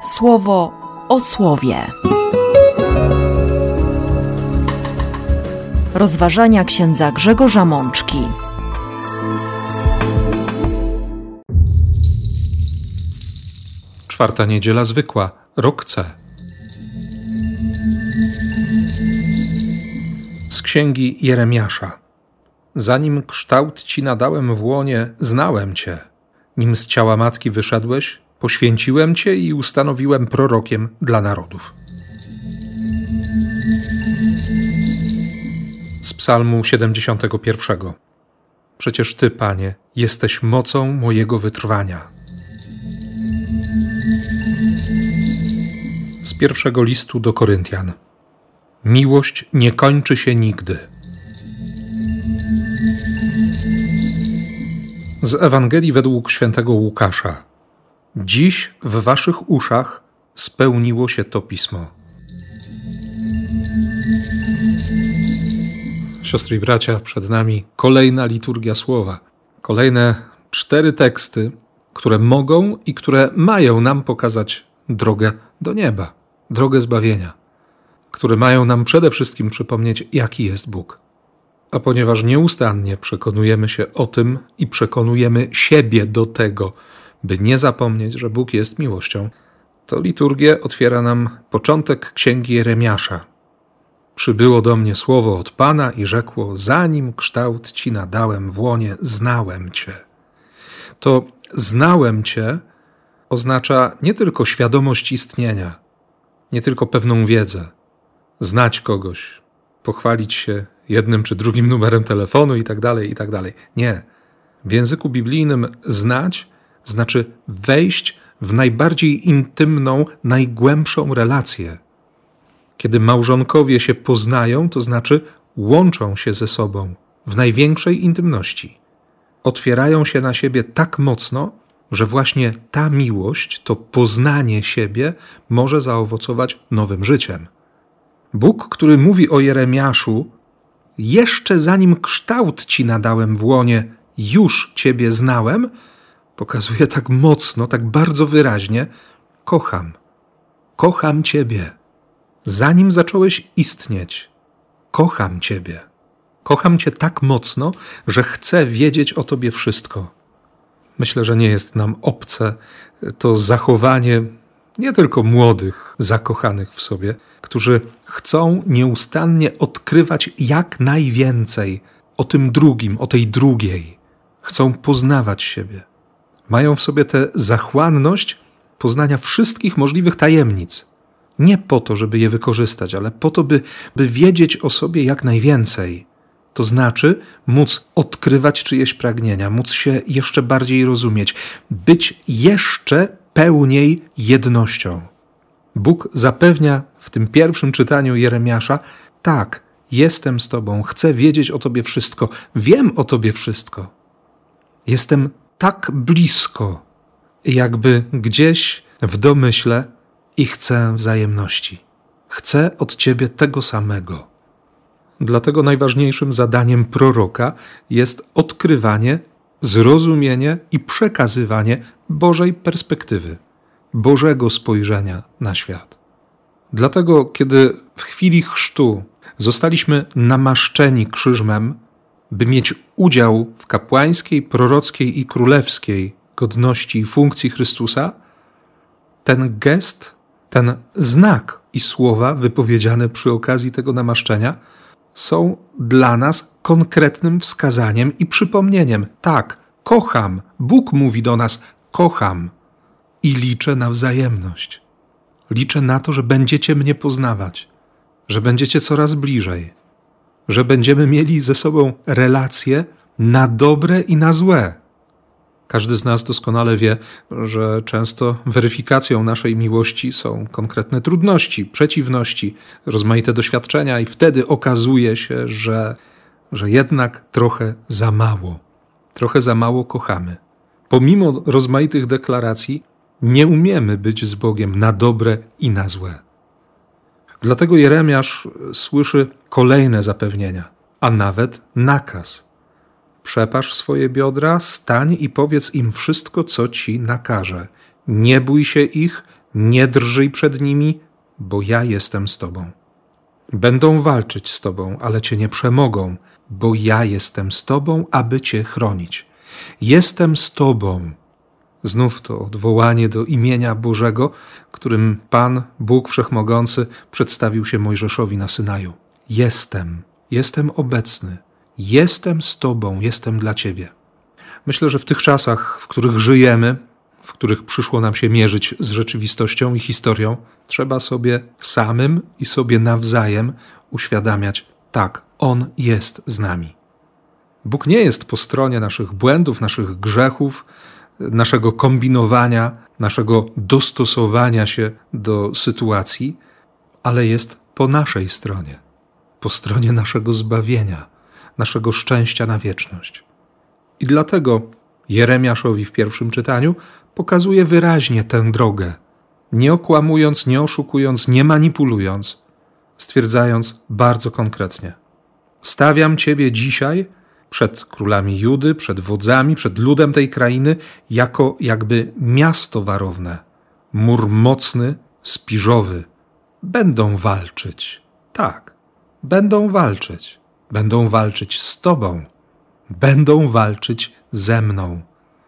Słowo o słowie. Rozważania księdza Grzegorza Mączki. Czwarta niedziela zwykła, rok C. Z księgi Jeremiasza. Zanim kształt ci nadałem w łonie, znałem cię. Nim z ciała matki wyszedłeś, poświęciłem cię i ustanowiłem prorokiem dla narodów. Z Psalmu 71. Przecież Ty, Panie, jesteś mocą mojego wytrwania. Z pierwszego listu do Koryntian. Miłość nie kończy się nigdy. Z Ewangelii według świętego Łukasza. Dziś w waszych uszach spełniło się to pismo. Siostry i bracia, przed nami kolejna liturgia słowa. Kolejne 4 teksty, które mogą i które mają nam pokazać drogę do nieba, drogę zbawienia, które mają nam przede wszystkim przypomnieć, jaki jest Bóg. A ponieważ nieustannie przekonujemy się o tym i przekonujemy siebie do tego, by nie zapomnieć, że Bóg jest miłością, to liturgię otwiera nam początek księgi Jeremiasza. Przybyło do mnie słowo od Pana i rzekło, zanim kształt ci nadałem w łonie, znałem cię. To znałem cię oznacza nie tylko świadomość istnienia, nie tylko pewną wiedzę, znać kogoś, pochwalić się jednym czy drugim numerem telefonu i tak dalej. Nie. W języku biblijnym znać znaczy wejść w najbardziej intymną, najgłębszą relację. Kiedy małżonkowie się poznają, to znaczy łączą się ze sobą w największej intymności. Otwierają się na siebie tak mocno, że właśnie ta miłość, to poznanie siebie może zaowocować nowym życiem. Bóg, który mówi o Jeremiaszu, jeszcze zanim kształt ci nadałem w łonie, już ciebie znałem, pokazuje tak mocno, tak bardzo wyraźnie, kocham ciebie. Zanim zacząłeś istnieć, kocham ciebie. Kocham cię tak mocno, że chcę wiedzieć o tobie wszystko. Myślę, że nie jest nam obce to zachowanie nie tylko młodych, zakochanych w sobie, którzy chcą nieustannie odkrywać jak najwięcej o tym drugim, o tej drugiej. Chcą poznawać siebie. Mają w sobie tę zachłanność poznania wszystkich możliwych tajemnic. Nie po to, żeby je wykorzystać, ale po to, by wiedzieć o sobie jak najwięcej. To znaczy móc odkrywać czyjeś pragnienia, móc się jeszcze bardziej rozumieć, być jeszcze pełniej jednością. Bóg zapewnia w tym pierwszym czytaniu Jeremiasza, tak, jestem z tobą, chcę wiedzieć o tobie wszystko, wiem o tobie wszystko. Jestem tak blisko, jakby gdzieś w domyśle i chcę wzajemności. Chcę od ciebie tego samego. Dlatego najważniejszym zadaniem proroka jest odkrywanie, zrozumienie i przekazywanie Bożej perspektywy, Bożego spojrzenia na świat. Dlatego, kiedy w chwili chrztu zostaliśmy namaszczeni krzyżmem, by mieć udział w kapłańskiej, prorockiej i królewskiej godności i funkcji Chrystusa, ten gest, ten znak i słowa wypowiedziane przy okazji tego namaszczenia są dla nas konkretnym wskazaniem i przypomnieniem. Tak, kocham. Bóg mówi do nas, kocham i liczę na wzajemność. Liczę na to, że będziecie mnie poznawać, że będziecie coraz bliżej, że będziemy mieli ze sobą relacje na dobre i na złe. Każdy z nas doskonale wie, że często weryfikacją naszej miłości są konkretne trudności, przeciwności, rozmaite doświadczenia i wtedy okazuje się, że jednak trochę za mało kochamy. Pomimo rozmaitych deklaracji nie umiemy być z Bogiem na dobre i na złe. Dlatego Jeremiasz słyszy kolejne zapewnienia, a nawet nakaz. Przepasz swoje biodra, stań i powiedz im wszystko, co ci nakażę. Nie bój się ich, Nie drżyj przed nimi, bo ja jestem z tobą. Będą walczyć z tobą, ale cię nie przemogą, bo ja jestem z tobą, aby cię chronić. Jestem z tobą. Znów to odwołanie do imienia Bożego, którym Pan, Bóg Wszechmogący, przedstawił się Mojżeszowi na Synaju. Jestem obecny, jestem z tobą, jestem dla ciebie. Myślę, że w tych czasach, w których żyjemy, w których przyszło nam się mierzyć z rzeczywistością i historią, trzeba sobie samym i sobie nawzajem uświadamiać, tak, On jest z nami. Bóg nie jest po stronie naszych błędów, naszych grzechów, naszego kombinowania, naszego dostosowania się do sytuacji, ale jest po naszej stronie, po stronie naszego zbawienia, naszego szczęścia na wieczność. I dlatego Jeremiaszowi w pierwszym czytaniu pokazuje wyraźnie tę drogę, nie okłamując, nie oszukując, nie manipulując, stwierdzając bardzo konkretnie: stawiam ciebie dzisiaj przed królami Judy, przed wodzami, przed ludem tej krainy, jako jakby miasto warowne, mur mocny, spiżowy. Będą walczyć. Tak, będą walczyć. Będą walczyć z tobą. Będą walczyć ze mną.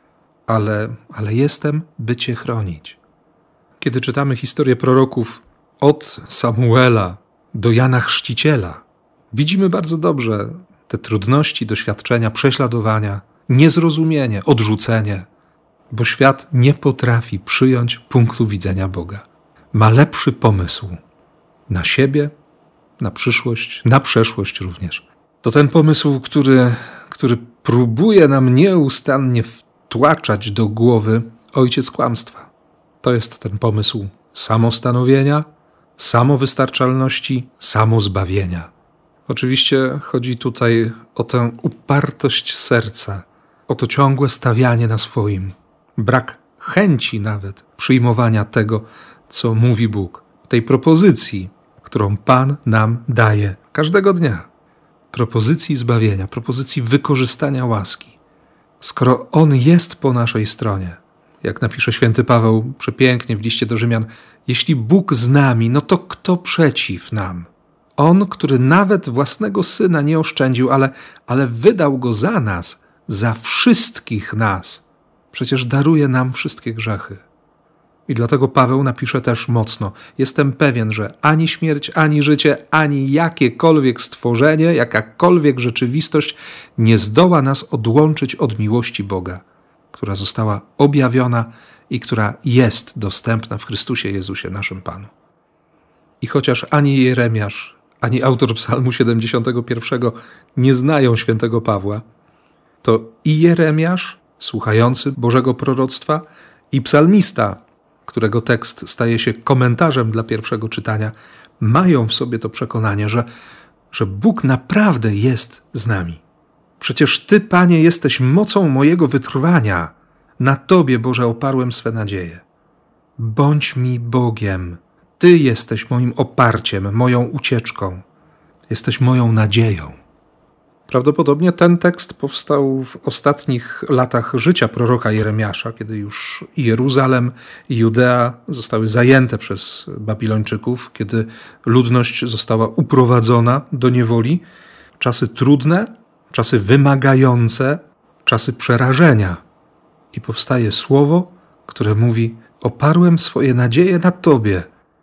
Ale jestem, by cię chronić. Kiedy czytamy historię proroków od Samuela do Jana Chrzciciela, widzimy bardzo dobrze te trudności, doświadczenia, prześladowania, niezrozumienie, odrzucenie, bo świat nie potrafi przyjąć punktu widzenia Boga. Ma lepszy pomysł na siebie, na przyszłość, na przeszłość również. To ten pomysł, który próbuje nam nieustannie wtłaczać do głowy ojciec kłamstwa. To jest ten pomysł samostanowienia, samowystarczalności, samozbawienia. Oczywiście chodzi tutaj o tę upartość serca, o to ciągłe stawianie na swoim, brak chęci nawet przyjmowania tego, co mówi Bóg, tej propozycji, którą Pan nam daje każdego dnia. Propozycji zbawienia, propozycji wykorzystania łaski. Skoro On jest po naszej stronie, jak napisze święty Paweł przepięknie w liście do Rzymian, jeśli Bóg z nami, no to kto przeciw nam? On, który nawet własnego Syna nie oszczędził, ale wydał Go za nas, za wszystkich nas. Przecież daruje nam wszystkie grzechy. I dlatego Paweł napisze też mocno: jestem pewien, że ani śmierć, ani życie, ani jakiekolwiek stworzenie, jakakolwiek rzeczywistość nie zdoła nas odłączyć od miłości Boga, która została objawiona i która jest dostępna w Chrystusie Jezusie, naszym Panu. I chociaż ani Jeremiasz, ani autor Psalmu 71 nie znają świętego Pawła, to i Jeremiasz, słuchający Bożego proroctwa, i psalmista, którego tekst staje się komentarzem dla pierwszego czytania, mają w sobie to przekonanie, że Bóg naprawdę jest z nami. Przecież Ty, Panie, jesteś mocą mojego wytrwania. Na Tobie, Boże, oparłem swe nadzieje. Bądź mi Bogiem. Ty jesteś moim oparciem, moją ucieczką. Jesteś moją nadzieją. Prawdopodobnie ten tekst powstał w ostatnich latach życia proroka Jeremiasza, kiedy już i Jeruzalem, i Judea zostały zajęte przez Babilończyków, kiedy ludność została uprowadzona do niewoli. Czasy trudne, czasy wymagające, czasy przerażenia. I powstaje słowo, które mówi: oparłem swoje nadzieje na Tobie.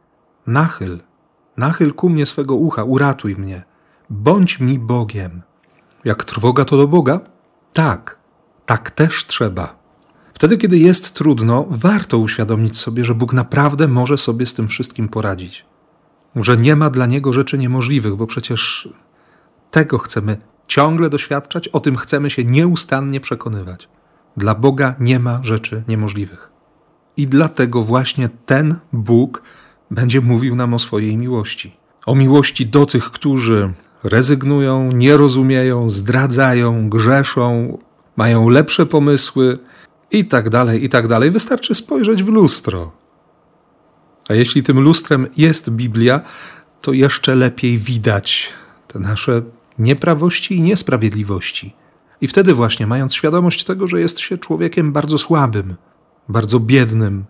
Nachyl ku mnie swego ucha, uratuj mnie. Bądź mi Bogiem. Jak trwoga to do Boga? Tak też trzeba. Wtedy, kiedy jest trudno, warto uświadomić sobie, że Bóg naprawdę może sobie z tym wszystkim poradzić. Że nie ma dla Niego rzeczy niemożliwych, bo przecież tego chcemy ciągle doświadczać, o tym chcemy się nieustannie przekonywać. Dla Boga nie ma rzeczy niemożliwych. I dlatego właśnie ten Bóg będzie mówił nam o swojej miłości. O miłości do tych, którzy rezygnują, nie rozumieją, zdradzają, grzeszą, mają lepsze pomysły i tak dalej. Wystarczy spojrzeć w lustro. A jeśli tym lustrem jest Biblia, to jeszcze lepiej widać te nasze nieprawości i niesprawiedliwości. I wtedy właśnie, mając świadomość tego, że jest się człowiekiem bardzo słabym, bardzo biednym,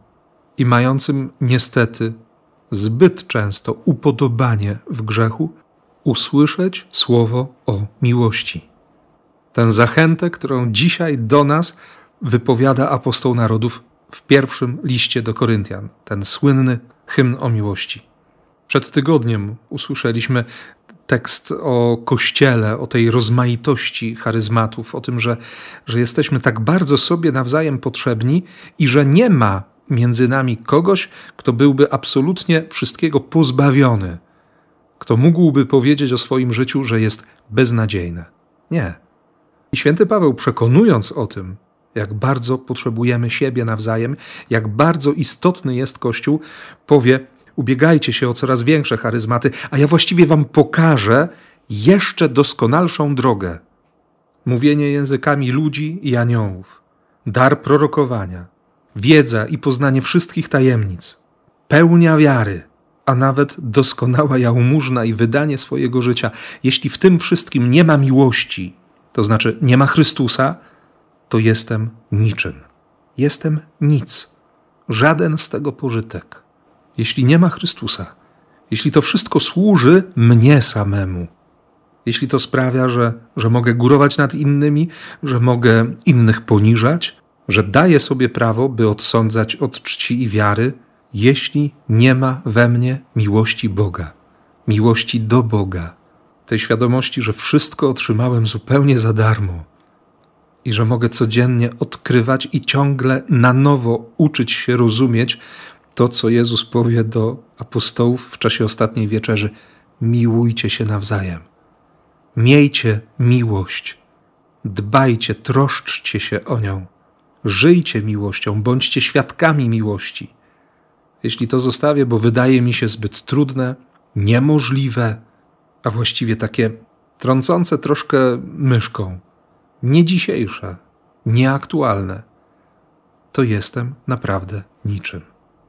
i mającym niestety zbyt często upodobanie w grzechu, usłyszeć słowo o miłości. Tę zachętę, którą dzisiaj do nas wypowiada apostoł narodów w pierwszym liście do Koryntian, ten słynny hymn o miłości. Przed tygodniem usłyszeliśmy tekst o Kościele, o tej rozmaitości charyzmatów, o tym, że jesteśmy tak bardzo sobie nawzajem potrzebni i że nie ma między nami kogoś, kto byłby absolutnie wszystkiego pozbawiony, kto mógłby powiedzieć o swoim życiu, że jest beznadziejne. Nie. I święty Paweł, przekonując o tym, jak bardzo potrzebujemy siebie nawzajem, jak bardzo istotny jest Kościół, powie: ubiegajcie się o coraz większe charyzmaty, a ja właściwie wam pokażę jeszcze doskonalszą drogę. Mówienie językami ludzi i aniołów, dar prorokowania, wiedza i poznanie wszystkich tajemnic, pełnia wiary, a nawet doskonała jałmużna i wydanie swojego życia. Jeśli w tym wszystkim nie ma miłości, to znaczy nie ma Chrystusa, to jestem niczym. Jestem nic. Żaden z tego pożytek. Jeśli nie ma Chrystusa, jeśli to wszystko służy mnie samemu, jeśli to sprawia, że mogę górować nad innymi, że mogę innych poniżać, że daję sobie prawo, by odsądzać od czci i wiary, jeśli nie ma we mnie miłości Boga, miłości do Boga, tej świadomości, że wszystko otrzymałem zupełnie za darmo i że mogę codziennie odkrywać i ciągle na nowo uczyć się rozumieć to, co Jezus powie do apostołów w czasie ostatniej wieczerzy: miłujcie się nawzajem, miejcie miłość, dbajcie, troszczcie się o nią, żyjcie miłością, bądźcie świadkami miłości. Jeśli to zostawię, bo wydaje mi się zbyt trudne, niemożliwe, a właściwie takie trącące troszkę myszką, nie dzisiejsze, nieaktualne, to jestem naprawdę niczym.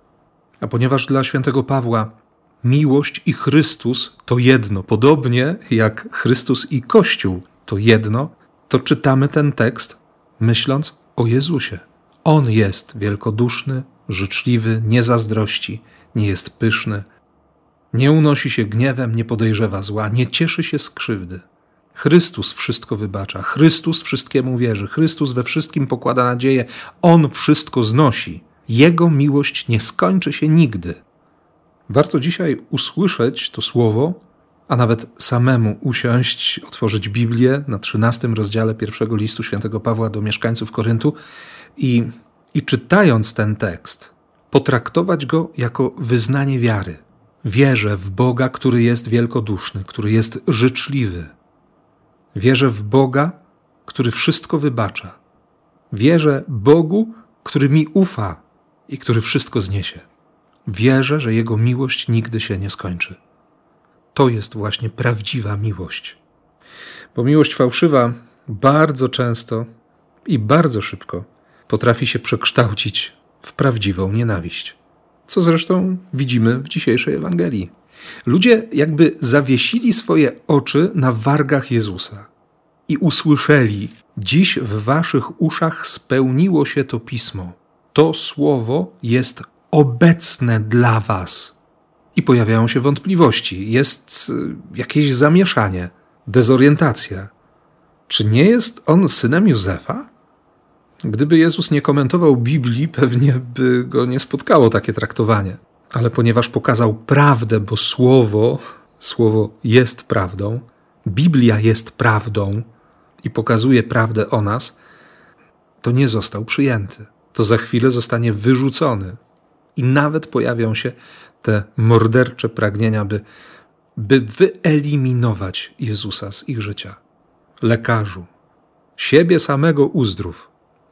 A ponieważ dla świętego Pawła miłość i Chrystus to jedno, podobnie jak Chrystus i Kościół to jedno, to czytamy ten tekst myśląc o Jezusie. On jest wielkoduszny, życzliwy, nie zazdrości, nie jest pyszny, nie unosi się gniewem, nie podejrzewa zła, nie cieszy się z krzywdy. Chrystus wszystko wybacza, Chrystus wszystkiemu wierzy, Chrystus we wszystkim pokłada nadzieję, On wszystko znosi. Jego miłość nie skończy się nigdy. Warto dzisiaj usłyszeć to słowo, a nawet samemu usiąść, otworzyć Biblię na 13 rozdziale pierwszego listu świętego Pawła do mieszkańców Koryntu i czytając ten tekst, potraktować go jako wyznanie wiary. Wierzę w Boga, który jest wielkoduszny, który jest życzliwy. Wierzę w Boga, który wszystko wybacza. Wierzę Bogu, który mi ufa i który wszystko zniesie. Wierzę, że Jego miłość nigdy się nie skończy. To jest właśnie prawdziwa miłość. Bo miłość fałszywa bardzo często i bardzo szybko potrafi się przekształcić w prawdziwą nienawiść. Co zresztą widzimy w dzisiejszej Ewangelii. Ludzie jakby zawiesili swoje oczy na wargach Jezusa i usłyszeli: dziś w waszych uszach spełniło się to pismo. To słowo jest obecne dla was. I pojawiają się wątpliwości. Jest jakieś zamieszanie, dezorientacja. Czy nie jest on synem Józefa? Gdyby Jezus nie komentował Biblii, pewnie by go nie spotkało takie traktowanie. Ale ponieważ pokazał prawdę, bo słowo jest prawdą, Biblia jest prawdą i pokazuje prawdę o nas, to nie został przyjęty. To za chwilę zostanie wyrzucony. I nawet pojawią się te mordercze pragnienia, by wyeliminować Jezusa z ich życia. Lekarzu, siebie samego uzdrów.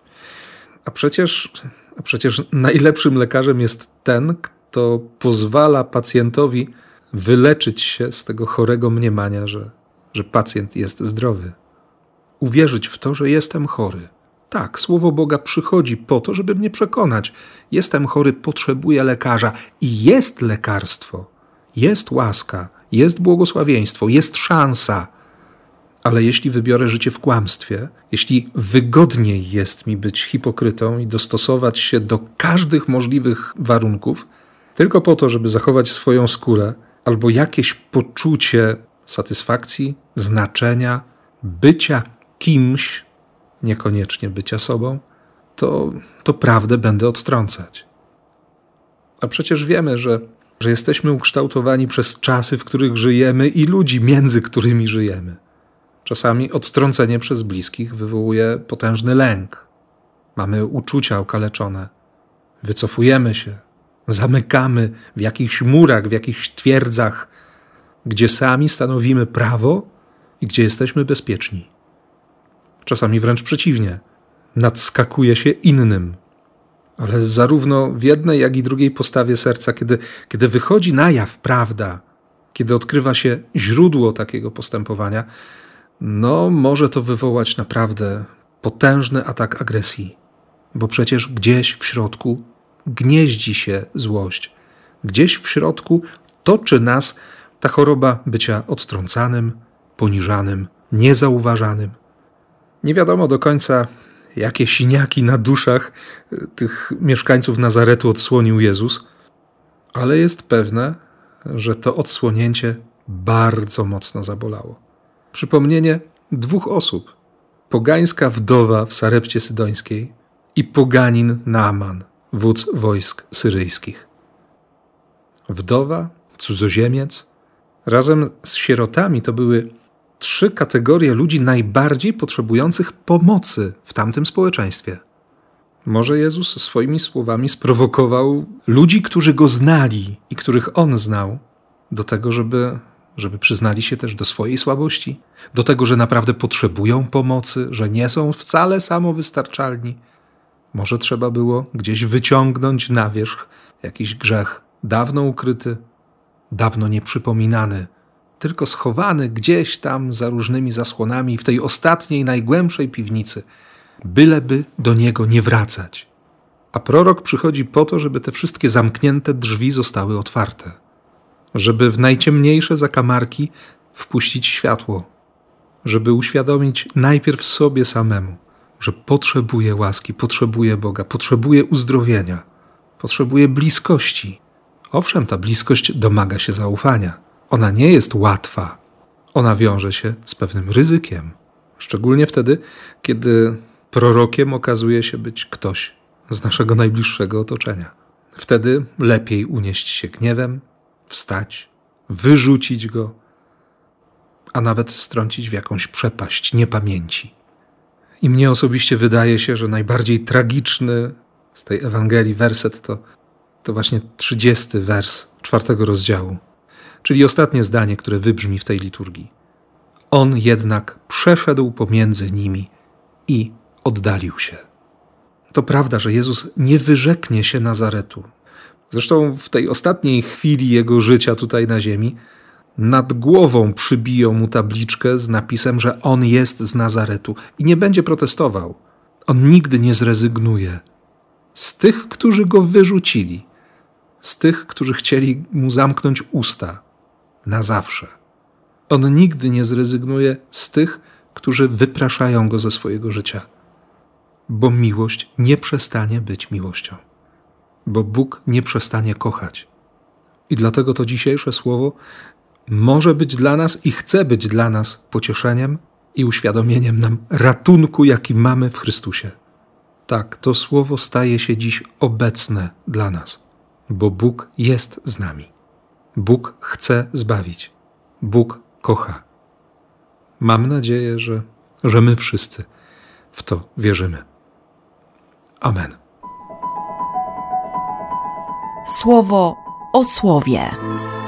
A przecież najlepszym lekarzem jest ten, kto pozwala pacjentowi wyleczyć się z tego chorego mniemania, że pacjent jest zdrowy. Uwierzyć w to, że jestem chory. Tak, Słowo Boga przychodzi po to, żeby mnie przekonać. Jestem chory, potrzebuję lekarza. I jest lekarstwo, jest łaska, jest błogosławieństwo, jest szansa. Ale jeśli wybiorę życie w kłamstwie, jeśli wygodniej jest mi być hipokrytą i dostosować się do każdych możliwych warunków, tylko po to, żeby zachować swoją skórę albo jakieś poczucie satysfakcji, znaczenia, bycia kimś, niekoniecznie bycia sobą, to prawdę będę odtrącać. A przecież wiemy, że jesteśmy ukształtowani przez czasy, w których żyjemy i ludzi, między którymi żyjemy. Czasami odtrącenie przez bliskich wywołuje potężny lęk. Mamy uczucia okaleczone. Wycofujemy się. Zamykamy w jakichś murach, w jakichś twierdzach, gdzie sami stanowimy prawo i gdzie jesteśmy bezpieczni. Czasami wręcz przeciwnie. Nadskakuje się innym. Ale zarówno w jednej, jak i drugiej postawie serca, kiedy wychodzi na jaw prawda, kiedy odkrywa się źródło takiego postępowania, może to wywołać naprawdę potężny atak agresji. Bo przecież gdzieś w środku gnieździ się złość. Gdzieś w środku toczy nas ta choroba bycia odtrącanym, poniżanym, niezauważanym. Nie wiadomo do końca, jakie siniaki na duszach tych mieszkańców Nazaretu odsłonił Jezus, ale jest pewne, że to odsłonięcie bardzo mocno zabolało. Przypomnienie 2 osób. Pogańska wdowa w Sarepcie Sydońskiej i poganin Naaman, wódz wojsk syryjskich. Wdowa, cudzoziemiec, razem z sierotami to były 3 kategorie ludzi najbardziej potrzebujących pomocy w tamtym społeczeństwie. Może Jezus swoimi słowami sprowokował ludzi, którzy Go znali i których On znał, do tego, żeby przyznali się też do swojej słabości, do tego, że naprawdę potrzebują pomocy, że nie są wcale samowystarczalni. Może trzeba było gdzieś wyciągnąć na wierzch jakiś grzech dawno ukryty, dawno nieprzypominany, tylko schowany gdzieś tam za różnymi zasłonami w tej ostatniej, najgłębszej piwnicy, byleby do niego nie wracać. A prorok przychodzi po to, żeby te wszystkie zamknięte drzwi zostały otwarte, żeby w najciemniejsze zakamarki wpuścić światło, żeby uświadomić najpierw sobie samemu, że potrzebuje łaski, potrzebuje Boga, potrzebuje uzdrowienia, potrzebuje bliskości. Owszem, ta bliskość domaga się zaufania. Ona nie jest łatwa. Ona wiąże się z pewnym ryzykiem. Szczególnie wtedy, kiedy prorokiem okazuje się być ktoś z naszego najbliższego otoczenia. Wtedy lepiej unieść się gniewem, wstać, wyrzucić go, a nawet strącić w jakąś przepaść niepamięci. I mnie osobiście wydaje się, że najbardziej tragiczny z tej Ewangelii werset to właśnie 30 wers 4 rozdziału, czyli ostatnie zdanie, które wybrzmi w tej liturgii. On jednak przeszedł pomiędzy nimi i oddalił się. To prawda, że Jezus nie wyrzeknie się Nazaretu. Zresztą w tej ostatniej chwili Jego życia tutaj na ziemi nad głową przybiją mu tabliczkę z napisem, że On jest z Nazaretu i nie będzie protestował. On nigdy nie zrezygnuje z tych, którzy Go wyrzucili, z tych, którzy chcieli Mu zamknąć usta na zawsze. On nigdy nie zrezygnuje z tych, którzy wypraszają Go ze swojego życia, bo miłość nie przestanie być miłością, bo Bóg nie przestanie kochać. I dlatego to dzisiejsze słowo może być dla nas i chce być dla nas pocieszeniem i uświadomieniem nam ratunku, jaki mamy w Chrystusie. Tak, to słowo staje się dziś obecne dla nas, bo Bóg jest z nami. Bóg chce zbawić. Bóg kocha. Mam nadzieję, że my wszyscy w to wierzymy. Amen. Słowo o słowie.